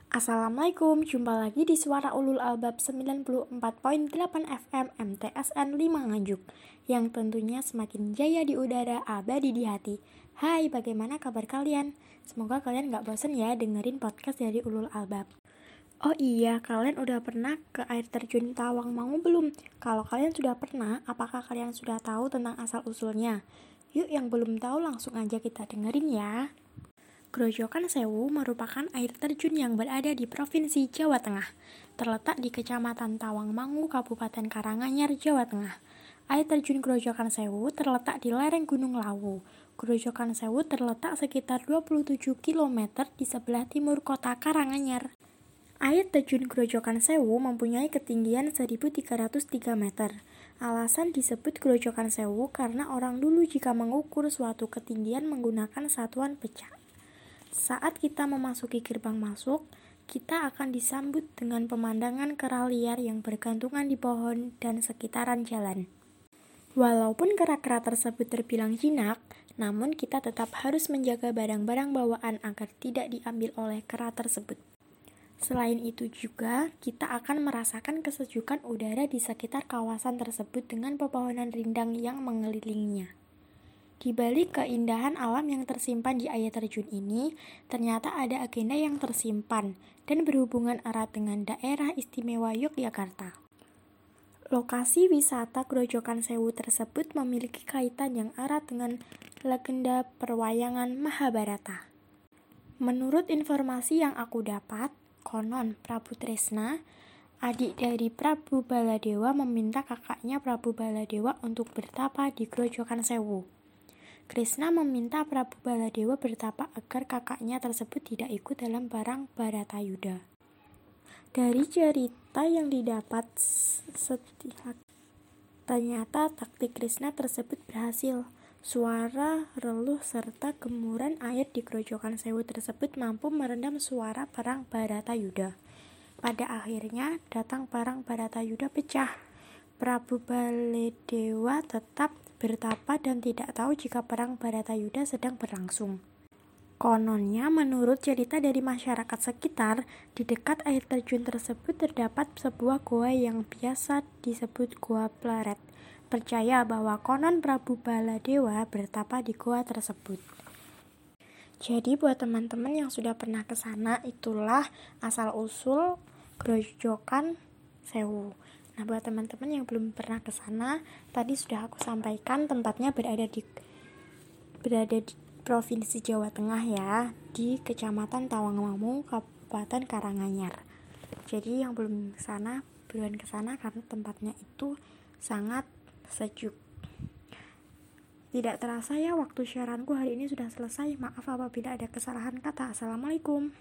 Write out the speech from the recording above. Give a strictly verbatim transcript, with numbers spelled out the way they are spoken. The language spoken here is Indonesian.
Assalamualaikum, jumpa lagi di Suara Ulul Albab sembilan puluh empat koma delapan F M M T S N lima Nganjuk, yang tentunya semakin jaya di udara, abadi di hati. Hai, bagaimana kabar kalian? Semoga kalian gak bosan ya dengerin podcast dari Ulul Albab. Oh iya, kalian udah pernah ke air terjun Tawangmangu belum? Kalau kalian sudah pernah, apakah kalian sudah tahu tentang asal-usulnya? Yuk, yang belum tahu langsung aja kita dengerin ya. Grojogan Sewu merupakan air terjun yang berada di Provinsi Jawa Tengah, terletak di Kecamatan Tawangmangu, Kabupaten Karanganyar, Jawa Tengah. Air terjun Grojogan Sewu terletak di lereng Gunung Lawu. Grojogan Sewu terletak sekitar dua puluh tujuh kilometer di sebelah timur kota Karanganyar. Air terjun Grojogan Sewu mempunyai ketinggian seribu tiga ratus tiga meter. Alasan disebut Grojogan Sewu karena orang dulu jika mengukur suatu ketinggian menggunakan satuan pecah. Saat kita memasuki gerbang masuk, kita akan disambut dengan pemandangan kera liar yang bergantungan di pohon dan sekitaran jalan. Walaupun kera-kera tersebut terbilang jinak, namun kita tetap harus menjaga barang-barang bawaan agar tidak diambil oleh kera tersebut. Selain itu juga, kita akan merasakan kesejukan udara di sekitar kawasan tersebut dengan pepohonan rindang yang mengelilinginya. Di balik keindahan alam yang tersimpan di air terjun ini, ternyata ada agenda yang tersimpan dan berhubungan erat dengan daerah istimewa Yogyakarta. Lokasi wisata Grojogan Sewu tersebut memiliki kaitan yang erat dengan legenda perwayangan Mahabharata. Menurut informasi yang aku dapat, konon Prabu Tresna, adik dari Prabu Baladewa, meminta kakaknya Prabu Baladewa untuk bertapa di Grojogan Sewu. Krishna meminta Prabu Baladewa bertapa agar kakaknya tersebut tidak ikut dalam perang Bharatayuda. Dari cerita yang didapat setiap, ternyata taktik Krishna tersebut berhasil. Suara reluh serta gemuran air di Grojogan Sewu tersebut mampu meredam suara perang Bharatayuda. Pada akhirnya datang perang Bharatayuda pecah. Prabu Baladewa tetap bertapa dan tidak tahu jika perang Bharatayuda sedang berlangsung. Kononnya, menurut cerita dari masyarakat sekitar, di dekat air terjun tersebut terdapat sebuah goa yang biasa disebut Goa Pleret. Percaya bahwa konon Prabu Baladewa bertapa di goa tersebut. Jadi buat teman-teman yang sudah pernah ke sana, itulah asal-usul Grojogan Sewu. Nah, buat teman-teman yang belum pernah ke sana, tadi sudah aku sampaikan tempatnya berada di berada di Provinsi Jawa Tengah ya, di Kecamatan Tawangmangu, Kabupaten Karanganyar. Jadi yang belum ke sana, buruan ke sana karena tempatnya itu sangat sejuk. Tidak terasa ya, waktu siaranku hari ini sudah selesai. Maaf apabila ada kesalahan kata. Assalamualaikum.